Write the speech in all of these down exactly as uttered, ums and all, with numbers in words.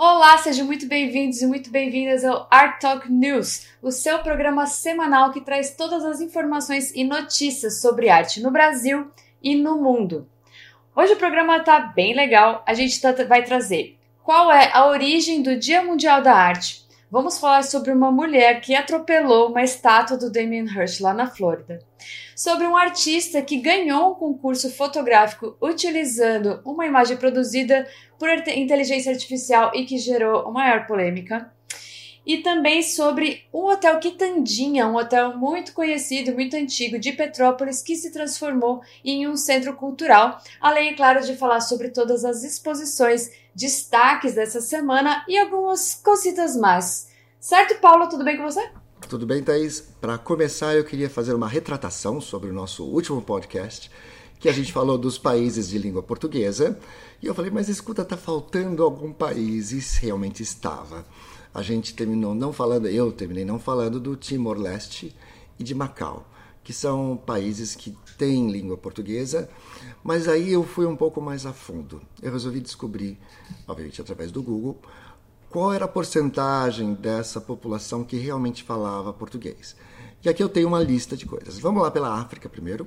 Olá, sejam muito bem-vindos e muito bem-vindas ao Art Talk News, o seu programa semanal que traz todas as informações e notícias sobre arte no Brasil e no mundo. Hoje o programa está bem legal, a gente tá, vai trazer qual é a origem do Dia Mundial da Arte. Vamos falar sobre uma mulher que atropelou uma estátua do Damien Hirst lá na Flórida. Sobre um artista que ganhou um concurso fotográfico utilizando uma imagem produzida por inteligência artificial e que gerou a maior polêmica. E também sobre um hotel Quitandinha, um hotel muito conhecido, muito antigo de Petrópolis, que se transformou em um centro cultural. Além, é claro, de falar sobre todas as exposições, destaques dessa semana e algumas cositas mais. Certo, Paulo? Tudo bem com você? Tudo bem, Thaís? Para começar, eu queria fazer uma retratação sobre o nosso último podcast, que a gente falou dos países de língua portuguesa. E eu falei, mas escuta, tá faltando algum país, e realmente estava. A gente terminou não falando, eu terminei não falando do Timor-Leste e de Macau, que são países que têm língua portuguesa, mas aí eu fui um pouco mais a fundo. Eu resolvi descobrir, obviamente através do Google, qual era a porcentagem dessa população que realmente falava português. E aqui eu tenho uma lista de coisas. Vamos lá pela África primeiro.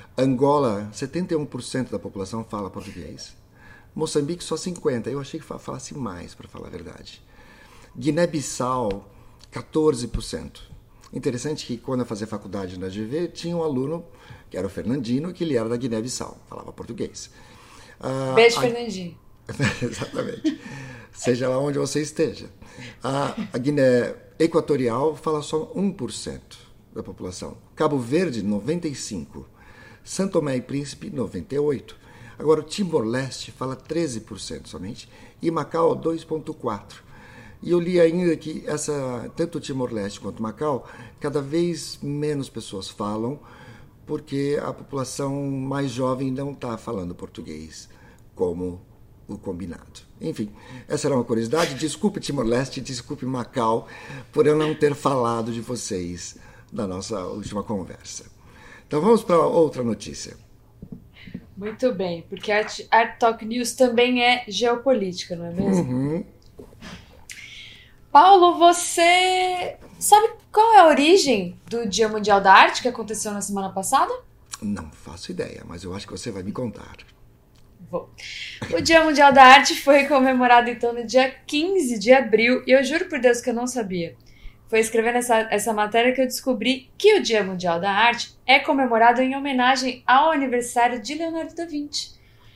Angola, setenta e um por cento da população fala português. Moçambique, só cinquenta por cento. Eu achei que falasse mais, para falar a verdade. Guiné-Bissau, quatorze por cento. Interessante que quando eu fazia faculdade na G V, tinha um aluno, que era o Fernandino, que ele era da Guiné-Bissau, falava português. Uh, Beijo, a... Fernandinho. Exatamente. Seja lá onde você esteja. A, a Guiné Equatorial fala só um por cento da população. Cabo Verde, noventa e cinco por cento. São Tomé e Príncipe, noventa e oito por cento. Agora, o Timor-Leste fala treze por cento somente. E Macau, dois vírgula quatro por cento. E eu li ainda que essa, tanto o Timor-Leste quanto Macau, cada vez menos pessoas falam, porque a população mais jovem não está falando português como o combinado. Enfim, essa era uma curiosidade. Desculpe Timor-Leste, desculpe Macau, por eu não ter falado de vocês na nossa última conversa. Então vamos para outra notícia. Muito bem, porque a Art Talk News também é geopolítica, não é mesmo? Uhum. Paulo, você sabe qual é a origem do Dia Mundial da Arte que aconteceu na semana passada? Não faço ideia, mas eu acho que você vai me contar. Vou. O Dia Mundial da Arte foi comemorado então no dia quinze de abril e eu juro por Deus que eu não sabia. Foi escrevendo essa, essa matéria que eu descobri que o Dia Mundial da Arte é comemorado em homenagem ao aniversário de Leonardo da Vinci.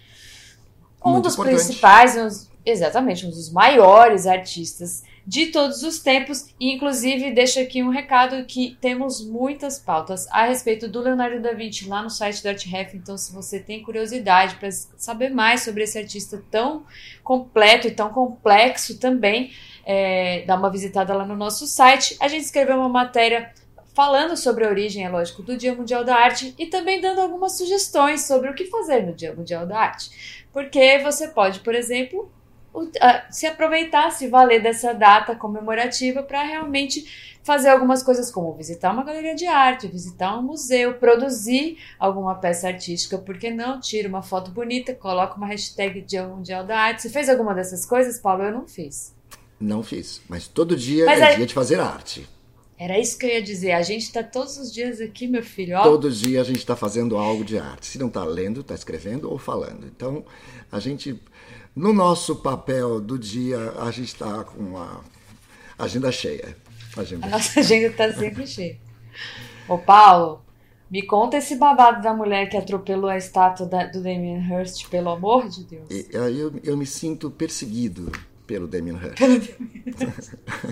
Um Muito dos importante. principais, um, exatamente, um dos maiores artistas de todos os tempos, e inclusive deixo aqui um recado que temos muitas pautas a respeito do Leonardo da Vinci lá no site do ArtRef, então se você tem curiosidade para saber mais sobre esse artista tão completo e tão complexo também, é, dá uma visitada lá no nosso site. A gente escreveu uma matéria falando sobre a origem, é lógico, do Dia Mundial da Arte e também dando algumas sugestões sobre o que fazer no Dia Mundial da Arte, porque você pode, por exemplo, se aproveitar, se valer dessa data comemorativa para realmente fazer algumas coisas como visitar uma galeria de arte, visitar um museu, produzir alguma peça artística, por que não? Tira uma foto bonita, coloca uma hashtag Dia Mundial da Arte. Você fez alguma dessas coisas, Paulo? Eu não fiz. Não fiz, mas todo dia mas é aí... dia de fazer arte. Era isso que eu ia dizer, a gente está todos os dias aqui, meu filho. Ó. Todo dia a gente está fazendo algo de arte. Se não está lendo, está escrevendo ou falando. Então, a gente... No nosso papel do dia, a gente está com uma agenda cheia. Agenda a nossa agenda está sempre cheia. Ô, Paulo, me conta esse babado da mulher que atropelou a estátua da, do Damien Hirst, pelo amor de Deus. E, eu, eu me sinto perseguido pelo Damien Hirst. Pelo Damien Hirst.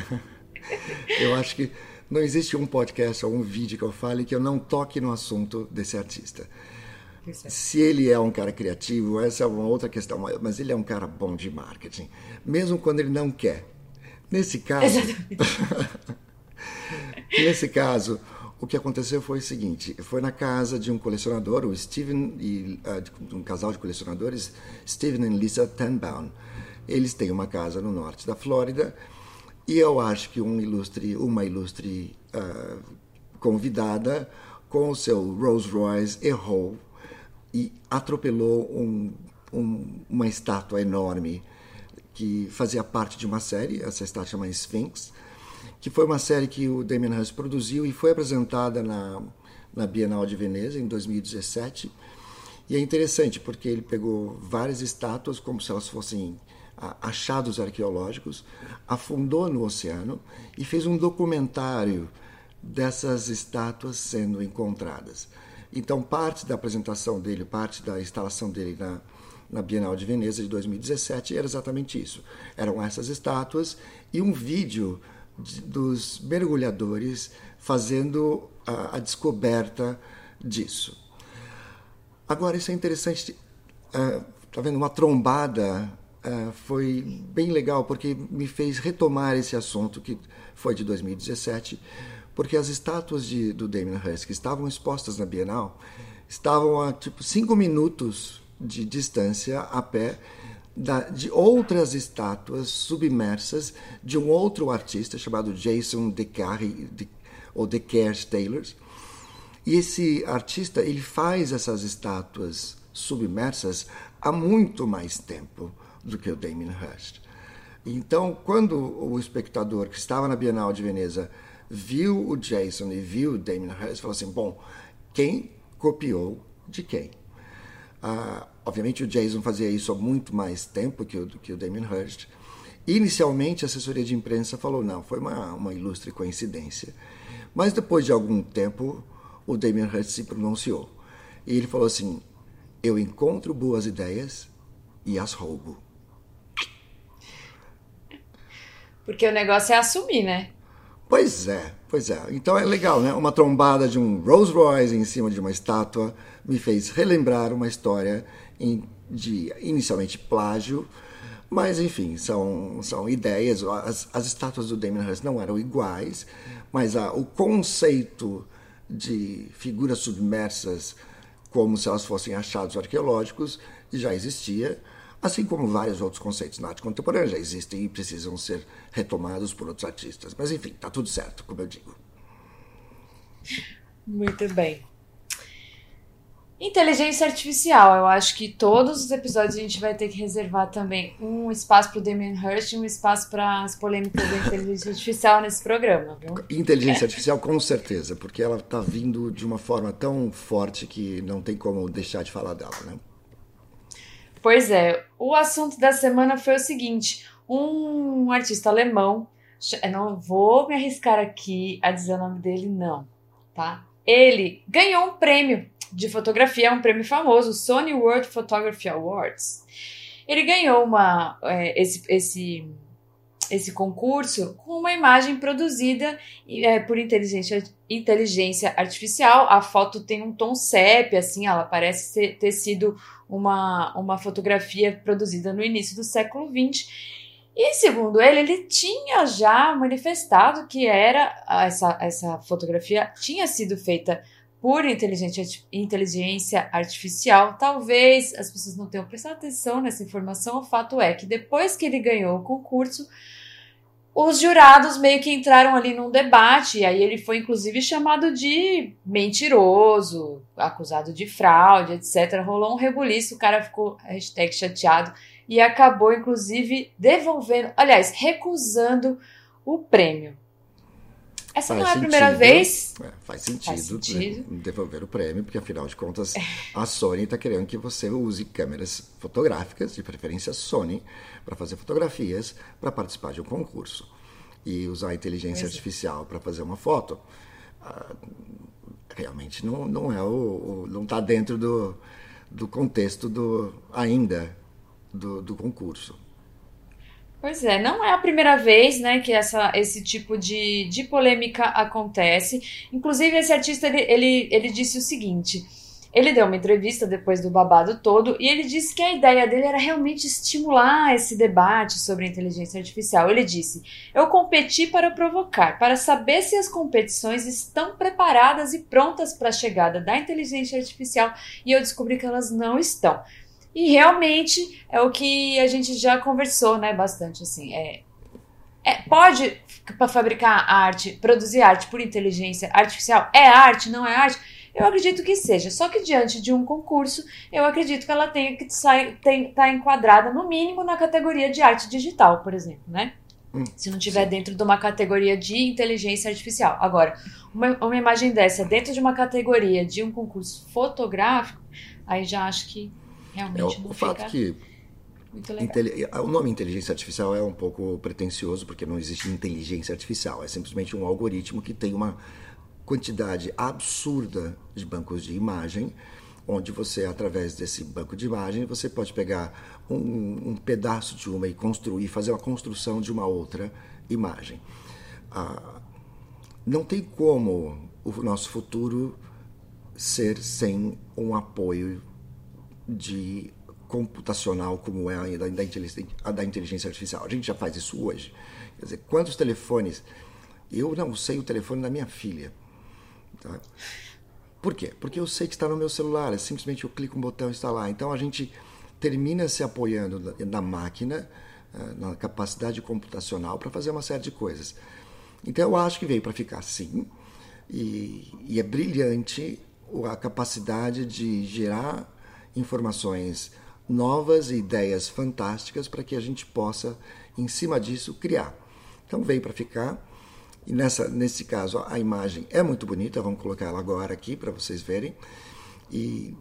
Eu acho que não existe um podcast ou um vídeo que eu fale que eu não toque no assunto desse artista. Se ele é um cara criativo, essa é uma outra questão, mas ele é um cara bom de marketing, mesmo quando ele não quer. Nesse caso, nesse caso, o que aconteceu foi o seguinte: foi na casa de um colecionador, o Steven e uh, um casal de colecionadores, Steven e Lisa Tenbaum. Eles têm uma casa no norte da Flórida e eu acho que um ilustre, uma ilustre uh, convidada com o seu Rolls Royce errou e atropelou um, um, uma estátua enorme que fazia parte de uma série, essa estátua chama Sphinx, que foi uma série que o Damien Hirst produziu e foi apresentada na, na Bienal de Veneza em dois mil e dezessete. E é interessante porque ele pegou várias estátuas como se elas fossem achados arqueológicos, afundou no oceano e fez um documentário dessas estátuas sendo encontradas. Então, parte da apresentação dele, parte da instalação dele na, na Bienal de Veneza de dois mil e dezessete era exatamente isso. Eram essas estátuas e um vídeo de, dos mergulhadores fazendo a, a descoberta disso. Agora, isso é interessante, uh, tá vendo? Uma trombada uh, foi bem legal, porque me fez retomar esse assunto que foi de dois mil e dezessete, porque as estátuas de, do Damien Hirst que estavam expostas na Bienal estavam a tipo cinco minutos de distância a pé da, de outras estátuas submersas de um outro artista chamado Jason DeCarry, de, ou DeCarry Taylor. E esse artista, ele faz essas estátuas submersas há muito mais tempo do que o Damien Hirst. Então, quando o espectador que estava na Bienal de Veneza viu o Jason e viu o Damien Hirst, falou assim, bom, quem copiou de quem? Ah, obviamente o Jason fazia isso há muito mais tempo que o, que o Damien Hirst. Inicialmente, a assessoria de imprensa falou, não, foi uma, uma ilustre coincidência. Mas depois de algum tempo, o Damien Hirst se pronunciou. E ele falou assim, eu encontro boas ideias e as roubo. Porque o negócio é assumir, né? Pois é, pois é. Então é legal, né? Uma trombada de um Rolls Royce em cima de uma estátua me fez relembrar uma história de, inicialmente, plágio, mas, enfim, são, são ideias. As, as estátuas do Damien Hirst não eram iguais, mas a, o conceito de figuras submersas como se elas fossem achados arqueológicos já existia, assim como vários outros conceitos na arte contemporânea já existem e precisam ser retomados por outros artistas. Mas, enfim, tá tudo certo, como eu digo. Muito bem. Inteligência artificial. Eu acho que todos os episódios a gente vai ter que reservar também um espaço para o Damien Hirst e um espaço para as polêmicas da inteligência artificial nesse programa, viu? Inteligência é. artificial, com certeza, porque ela está vindo de uma forma tão forte que não tem como deixar de falar dela, né? Pois é. O assunto da semana foi o seguinte. Um artista alemão, eu não vou me arriscar aqui a dizer o nome dele, não, tá? Ele ganhou um prêmio de fotografia, um prêmio famoso, o Sony World Photography Awards. Ele ganhou uma, é, esse, esse, esse concurso com uma imagem produzida é, por inteligência, inteligência artificial. A foto tem um tom sépia, assim, ela parece ser, ter sido uma, uma fotografia produzida no início do século vinte. E, segundo ele, ele tinha já manifestado que era essa, essa fotografia tinha sido feita por inteligência, inteligência artificial. Talvez as pessoas não tenham prestado atenção nessa informação. O fato é que depois que ele ganhou o concurso, os jurados meio que entraram ali num debate, e aí ele foi inclusive chamado de mentiroso, acusado de fraude, etcétera. Rolou um rebuliço, o cara ficou hashtag chateado e acabou inclusive devolvendo, aliás, recusando o prêmio. Essa faz não é a sentido, primeira vez. É, faz sentido, faz sentido devolver o prêmio, porque afinal de contas a Sony está querendo que você use câmeras fotográficas, de preferência Sony, para fazer fotografias, para participar de um concurso. E usar a inteligência pois artificial é. para fazer uma foto, ah, realmente não, não é o, o não está dentro do, do contexto do, ainda do, do concurso. Pois é, não é a primeira vez, né, que essa, esse tipo de, de polêmica acontece. Inclusive, esse artista, ele, ele, ele disse o seguinte, ele deu uma entrevista depois do babado todo, e ele disse que a ideia dele era realmente estimular esse debate sobre a inteligência artificial. Ele disse, eu competi para provocar, para saber se as competições estão preparadas e prontas para a chegada da inteligência artificial, e eu descobri que elas não estão. E realmente é o que a gente já conversou, né, bastante, assim, é, é, pode fabricar arte, produzir arte por inteligência artificial? É arte, não é arte? Eu acredito que seja, só que diante de um concurso, eu acredito que ela tenha que estar enquadrada, no mínimo, na categoria de arte digital, por exemplo, né? Hum, Se não estiver dentro de uma categoria de inteligência artificial. Agora, uma, uma imagem dessa dentro de uma categoria de um concurso fotográfico, aí já acho que realmente é, não o fica fato que muito legal. O nome inteligência artificial é um pouco pretensioso, porque não existe inteligência artificial. É simplesmente um algoritmo que tem uma quantidade absurda de bancos de imagem, onde você, através desse banco de imagem, você pode pegar um, um pedaço de uma e construir, fazer uma construção de uma outra imagem. Ah, não tem como o nosso futuro ser sem um apoio de computacional como é a da, a da inteligência artificial. A gente já faz isso hoje. Quer dizer, quantos telefones... Eu não sei o telefone da minha filha. Tá? Por quê? Porque eu sei que está no meu celular, é simplesmente eu clico um botão e está lá. Então a gente termina se apoiando na máquina, na capacidade computacional para fazer uma série de coisas. Então eu acho que veio para ficar sim, e, e é brilhante a capacidade de gerar informações novas e ideias fantásticas para que a gente possa, em cima disso, criar. Então veio para ficar. E nessa, nesse caso, a imagem é muito bonita, vamos colocar ela agora aqui para vocês verem. E,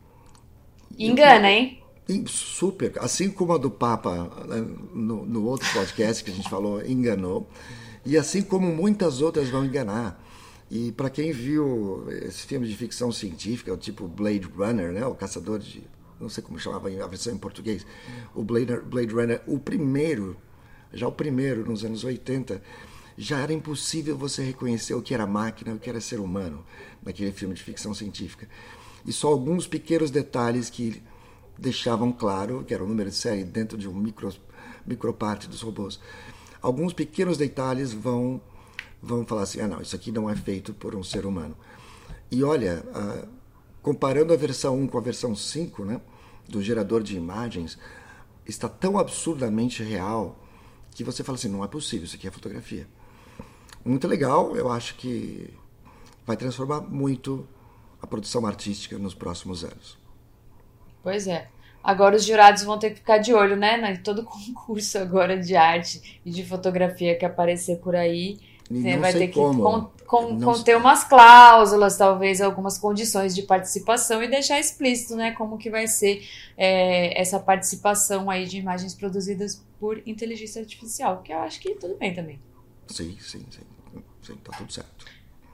Engana, hein? E super, assim como a do Papa no, no outro podcast que a gente falou, enganou. E assim como muitas outras vão enganar. E para quem viu esse filme de ficção científica, tipo Blade Runner, né, o Caçador de... não sei como chamava a versão em português, o Blade, Blade Runner, o primeiro, já o primeiro, nos anos oitenta... já era impossível você reconhecer o que era máquina e o que era ser humano naquele filme de ficção científica. E só alguns pequenos detalhes que deixavam claro que era o número de série dentro de um micro, microparte dos robôs. Alguns pequenos detalhes vão, vão falar assim, ah não, isso aqui não é feito por um ser humano. E olha, ah, comparando a versão um com a versão cinco, né, do gerador de imagens, está tão absurdamente real que você fala assim, não é possível, isso aqui é fotografia. Muito legal, eu acho que vai transformar muito a produção artística nos próximos anos. Pois é. Agora os jurados vão ter que ficar de olho, né? Em todo concurso agora de arte e de fotografia que aparecer por aí. Você vai ter que con- con- conter sei. umas cláusulas, talvez algumas condições de participação e deixar explícito, né? Como que vai ser é, essa participação aí de imagens produzidas por inteligência artificial. Que eu acho que tudo bem também. Sim, sim, sim. Sim, tá tudo certo.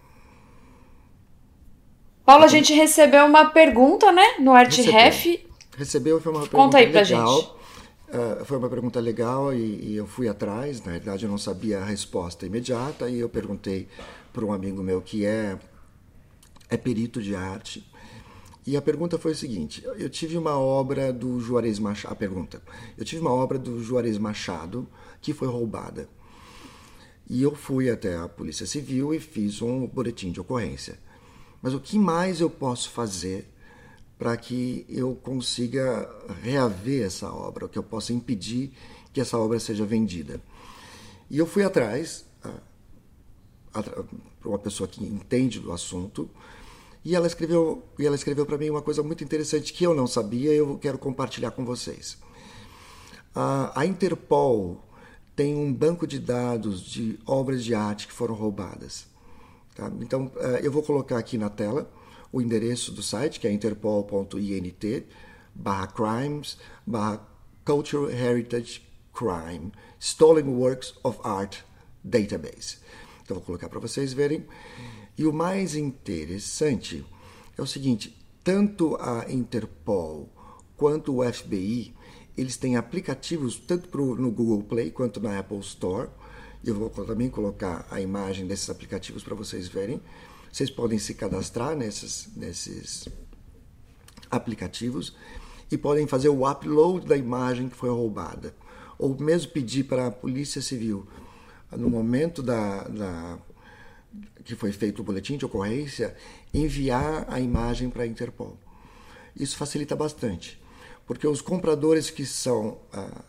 Paulo, a gente recebeu uma pergunta, né? No ArtRef. Recebeu, foi uma pergunta Conta aí pra legal. gente. Uh, foi uma pergunta legal e, e eu fui atrás. Na verdade, eu não sabia a resposta imediata e eu perguntei para um amigo meu que é, é perito de arte. E a pergunta foi o seguinte: eu tive uma obra do Juarez Machado. A pergunta: eu tive uma obra do Juarez Machado que foi roubada. E eu fui até a Polícia Civil e fiz um boletim de ocorrência. Mas o que mais eu posso fazer para que eu consiga reaver essa obra, que eu possa impedir que essa obra seja vendida? E eu fui atrás para uma pessoa que entende do assunto e ela escreveu, e ela escreveu para mim uma coisa muito interessante que eu não sabia e eu quero compartilhar com vocês. A Interpol tem um banco de dados de obras de arte que foram roubadas. Tá? Então, eu vou colocar aqui na tela o endereço do site, que é interpol ponto int barra crimes barra cultural heritage crime stolen works of art database. Então, vou colocar para vocês verem. E o mais interessante é o seguinte, tanto a Interpol quanto o F B I, eles têm aplicativos tanto pro, no Google Play quanto na Apple Store. Eu vou também colocar a imagem desses aplicativos para vocês verem. Vocês podem se cadastrar nesses, nesses aplicativos e podem fazer o upload da imagem que foi roubada. Ou mesmo pedir para a Polícia Civil, no momento da, da, que foi feito o boletim de ocorrência, enviar a imagem para a Interpol. Isso facilita bastante, porque os compradores que são, ah,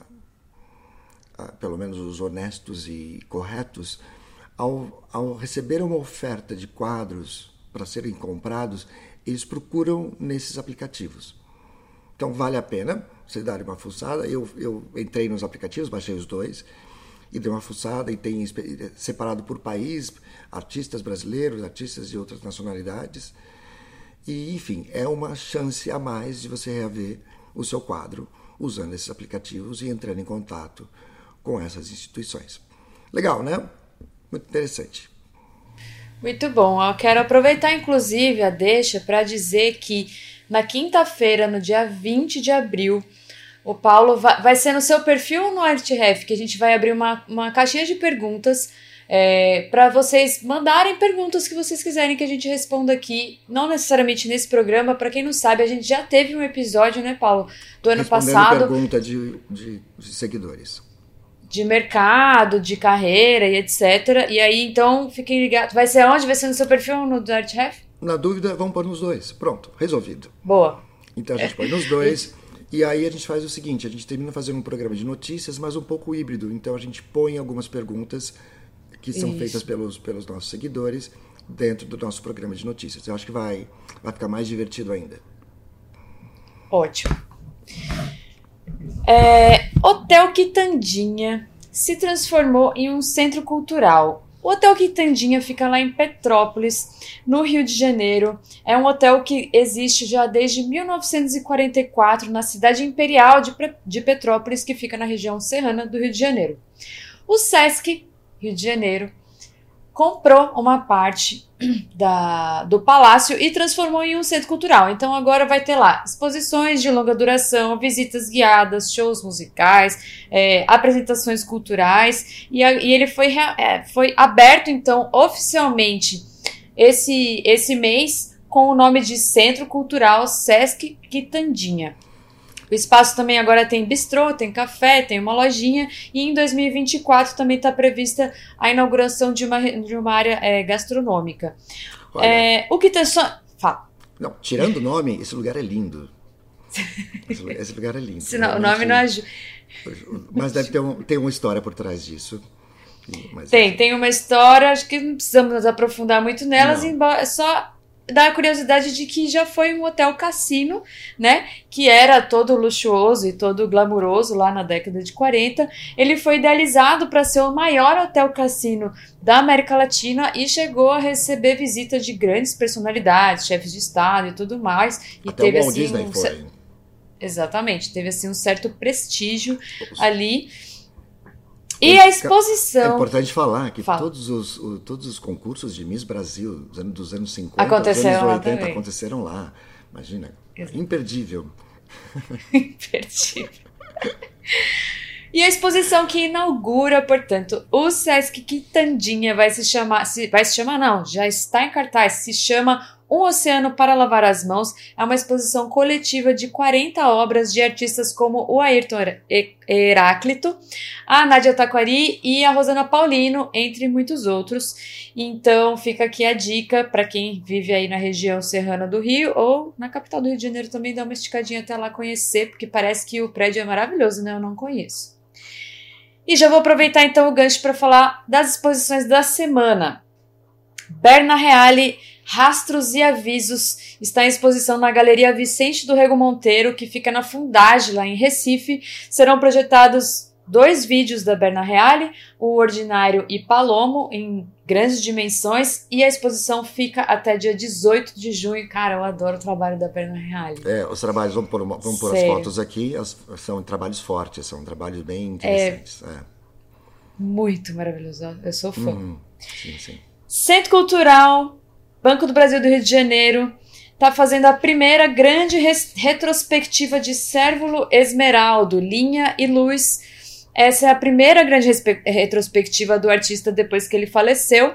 ah, pelo menos os honestos e corretos, Ao, ao receber uma oferta de quadros para serem comprados, eles procuram nesses aplicativos. Então vale a pena você dar uma fuçada. Eu, eu entrei nos aplicativos, baixei os dois e dei uma fuçada, e tem separado por país, artistas brasileiros, artistas de outras nacionalidades. E, enfim, é uma chance a mais de você rever o seu quadro usando esses aplicativos e entrando em contato com essas instituições. Legal, né? Muito interessante. Muito bom. Eu quero aproveitar, inclusive, a deixa para dizer que na quinta-feira, no dia vinte de abril, o Paulo vai, vai ser no seu perfil no ArtRef, que a gente vai abrir uma, uma caixinha de perguntas é, para vocês mandarem perguntas que vocês quiserem que a gente responda aqui, não necessariamente nesse programa. Para quem não sabe, a gente já teve um episódio, né, Paulo, do ano Respondendo passado. pergunta de, de, de seguidores. De mercado, de carreira e etcétera. E aí, então, fiquem ligados. Vai ser onde? Vai ser no seu perfil no do ArtRef? Na dúvida, vamos pôr nos dois. Pronto, resolvido. Boa. Então a gente é. põe nos dois. E aí a gente faz o seguinte, a gente termina fazendo um programa de notícias, mas um pouco híbrido. Então a gente põe algumas perguntas que são Isso. feitas pelos, pelos nossos seguidores dentro do nosso programa de notícias. Eu acho que vai, vai ficar mais divertido ainda. Ótimo. É, Hotel Quitandinha se transformou em um centro cultural. O Hotel Quitandinha fica lá em Petrópolis, no Rio de Janeiro. É um hotel que existe já desde mil novecentos e quarenta e quatro na cidade imperial de, de Petrópolis, que fica na região serrana do Rio de Janeiro. O Sesc Rio de Janeiro comprou uma parte da, do palácio e transformou em um centro cultural. Então agora vai ter lá exposições de longa duração, visitas guiadas, shows musicais, é, apresentações culturais, e, a, e ele foi, é, foi aberto então oficialmente esse, esse mês com o nome de Centro Cultural Sesc Quitandinha. O espaço também agora tem bistrô, tem café, tem uma lojinha, e em dois mil e vinte e quatro também está prevista a inauguração de uma, de uma área é, gastronômica. Olha, é, o que tem só... Fala. Não, tirando o nome, esse lugar é lindo. Esse, esse lugar é lindo. Senão, o nome não ajuda. Mas deve ter, um, ter uma história por trás disso. Mas tem, é... tem uma história, acho que não precisamos nos aprofundar muito nelas, embora é só... dá a curiosidade de que já foi um hotel cassino, né, que era todo luxuoso e todo glamuroso lá na década de quarenta. Ele foi idealizado para ser o maior hotel cassino da América Latina e chegou a receber visitas de grandes personalidades, chefes de estado e tudo mais. E Até teve, o Walt assim, Disney um... foi. Exatamente, teve assim um certo prestígio ali. E a exposição... É importante falar que Fala. todos os, o, todos os concursos de Miss Brasil dos anos, dos anos cinquenta, aconteceram dos anos oitenta, também. aconteceram lá. Imagina, Exato. Imperdível. Imperdível. E a exposição que inaugura, portanto, o Sesc Quitandinha vai se chamar... Se, vai se chamar, não, já está em cartaz, se chama Um Oceano para Lavar as Mãos. É uma exposição coletiva de quarenta obras de artistas como o Ayrton Heráclito, a Nádia Taquari e a Rosana Paulino, entre muitos outros. Então fica aqui a dica para quem vive aí na região serrana do Rio ou na capital do Rio de Janeiro também, dá uma esticadinha até lá conhecer, porque parece que o prédio é maravilhoso, né? Eu não conheço. E já vou aproveitar então o gancho para falar das exposições da semana. Berna Reale, Rastros e Avisos, está em exposição na Galeria Vicente do Rego Monteiro, que fica na Fundage, lá em Recife. Serão projetados dois vídeos da Berna Reale, O Ordinário e Palomo, em grandes dimensões, e a exposição fica até dia dezoito de junho. Cara, eu adoro o trabalho da Berna Reale. É, os trabalhos, vamos pôr, vamos pôr as fotos aqui, as, são trabalhos fortes, são trabalhos bem interessantes. É, é. Muito maravilhoso, eu sou fã. Uhum. Sim, sim. Centro Cultural Banco do Brasil do Rio de Janeiro está fazendo a primeira grande res- retrospectiva de Cérvulo Esmeraldo, Linha e Luz. Essa é a primeira grande respe- retrospectiva do artista depois que ele faleceu.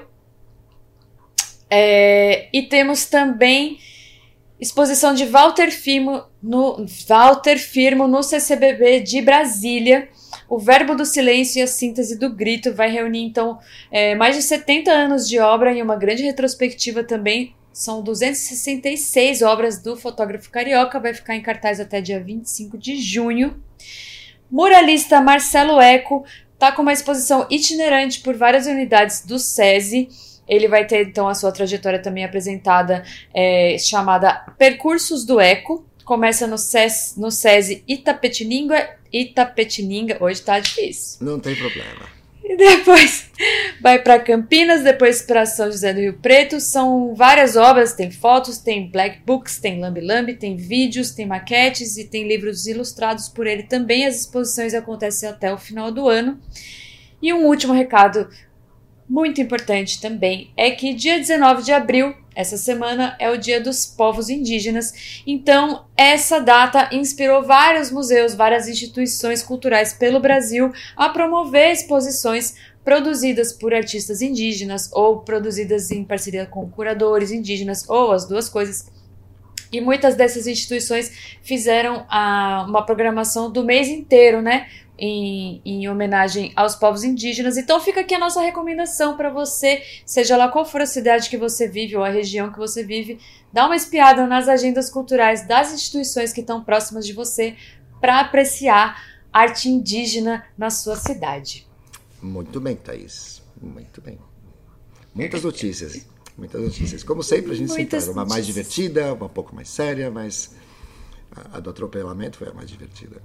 É, e temos também exposição de Walter Firmo no, Walter Firmo no C C B B de Brasília. O Verbo do Silêncio e a Síntese do Grito vai reunir, então, é, mais de setenta anos de obra em uma grande retrospectiva também. São duzentas e sessenta e seis obras do fotógrafo carioca, vai ficar em cartaz até dia vinte e cinco de junho. Muralista Marcelo Eco está com uma exposição itinerante por várias unidades do SESI. Ele vai ter, então, a sua trajetória também apresentada, é, chamada Percursos do Eco. Começa no SES, no SESI Itapetininga, Itapetininga, hoje tá difícil. Não tem problema. E depois vai para Campinas, depois para São José do Rio Preto. São várias obras, tem fotos, tem black books, tem lambi-lambi, tem vídeos, tem maquetes e tem livros ilustrados por ele também. As exposições acontecem até o final do ano. E um último recado muito importante também é que dia dezenove de abril, essa semana, é o Dia dos Povos Indígenas. Então, essa data inspirou vários museus, várias instituições culturais pelo Brasil a promover exposições produzidas por artistas indígenas ou produzidas em parceria com curadores indígenas, ou as duas coisas. E muitas dessas instituições fizeram a, uma programação do mês inteiro, né? Em, em homenagem aos povos indígenas. Então fica aqui a nossa recomendação para você, seja lá qual for a cidade que você vive ou a região que você vive, dá uma espiada nas agendas culturais das instituições que estão próximas de você para apreciar arte indígena na sua cidade. Muito bem, Thaís. Muito bem. Muitas notícias. Muitas notícias. Como sempre, a gente Muitas sempre faz uma mais notícias. divertida, uma pouco mais séria, mas a, a do atropelamento foi a mais divertida.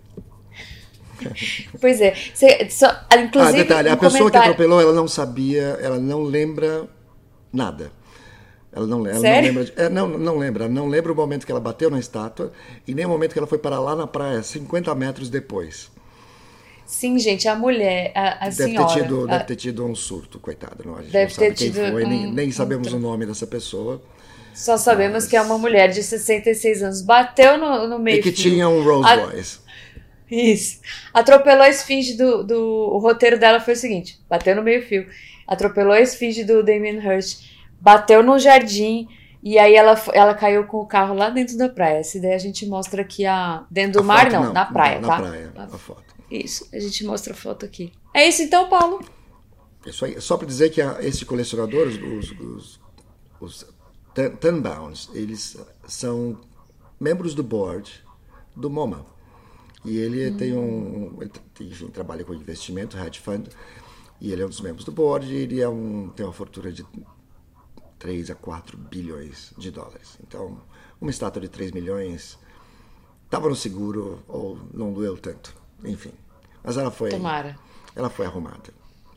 Pois é. Cê, só, inclusive, ah, detalhe, um a pessoa comentário... que atropelou, ela não sabia, ela não lembra nada. Ela não, ela Sério? não lembra. É, não, não lembra. Ela não lembra o momento que ela bateu na estátua e nem o momento que ela foi parar lá na praia, cinquenta metros depois. Sim, gente, a mulher, a, a Deve senhora... ter, tido, a... deve ter tido um surto, coitada. Não, a gente Deve não sabe ter quem tido foi, nem, um- nem sabemos um- o nome dessa pessoa. Só sabemos Mas- que é uma mulher de sessenta e seis anos. Bateu no, no meio E que fio. tinha um Rolls A- Royce. Isso. Atropelou a esfinge do, do... O roteiro dela foi o seguinte. Bateu no meio fio. Atropelou a esfinge do Damien Hirst. Bateu no jardim. E aí ela, fo- ela caiu com o carro lá dentro da praia. Essa ideia a gente mostra aqui a... Dentro do A mar, foto, não, na praia, na tá? praia, a foto. Isso. A gente mostra a foto aqui. É isso então, Paulo. Isso aí. Só para dizer que a, esse colecionador, os, os, os, os Tan- Tanbounds, eles são membros do board do MoMA. E ele tem um, ele tem, enfim, trabalha com investimento, hedge fund, e ele é um dos membros do board, e ele é um, tem uma fortuna de três a quatro bilhões de dólares. Então, uma estátua de três milhões estava no seguro ou não doeu tanto. Enfim, mas ela foi, Tomara. ela foi arrumada.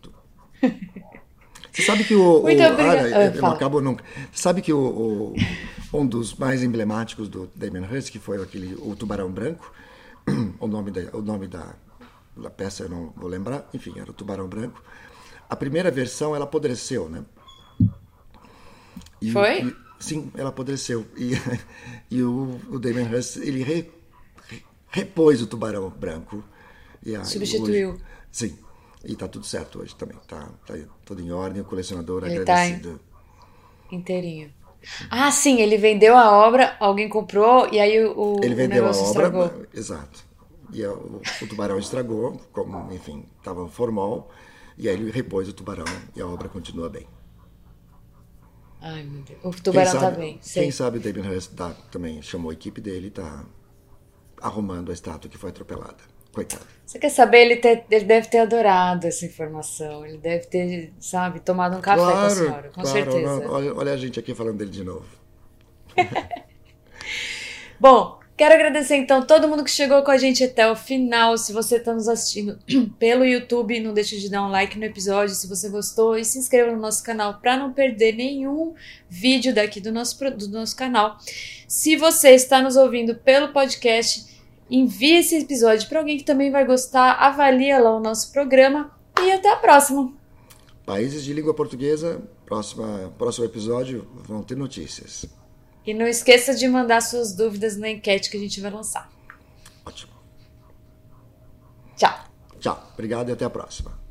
Você sabe que o... Muito o obrigada. ah, Ah, eu não fala. acabo nunca. Você sabe que o, o- um dos mais emblemáticos do Damien Hirst, que foi aquele, o Tubarão Branco, o nome, da, o nome da, da peça eu não vou lembrar, enfim, era o Tubarão Branco. A primeira versão, ela apodreceu, né? E o- Foi? e- sim, ela apodreceu. E, e o, o Damien Hirst, ele re- re- repôs o Tubarão Branco. E aí, Substituiu. hoje- sim, e tá tudo certo hoje também. Tá, tá tudo em ordem, o colecionador Ele tá em- agradecido. Inteirinho. Ah, sim, ele vendeu a obra, alguém comprou e aí o, o Ele vendeu a negócio obra, estragou. exato. E a- o, o tubarão estragou, como, enfim, estava formal, e aí ele repôs o tubarão e a obra continua bem. Ai, meu Deus. O tubarão quem tá sabe, bem. Sei. Quem sabe o Damien Hirst tá, também chamou a equipe dele e tá arrumando a estátua que foi atropelada. Coitado. Você quer saber? Ele, ter- ele deve ter adorado essa informação. Ele deve ter, sabe, tomado um café com a senhora, com claro. certeza. Olha, olha a gente aqui falando dele de novo. Bom, quero agradecer então todo mundo que chegou com a gente até o final. Se você está nos assistindo pelo YouTube, não deixe de dar um like no episódio se você gostou e se inscreva no nosso canal para não perder nenhum vídeo daqui do nosso, pro- do nosso canal. Se você está nos ouvindo pelo podcast, envie esse episódio para alguém que também vai gostar, avalia lá o nosso programa e até a próxima. Países de língua portuguesa, próxima, próximo episódio vão ter notícias. E não esqueça de mandar suas dúvidas na enquete que a gente vai lançar. Ótimo. Tchau! Tchau. Obrigado e até a próxima.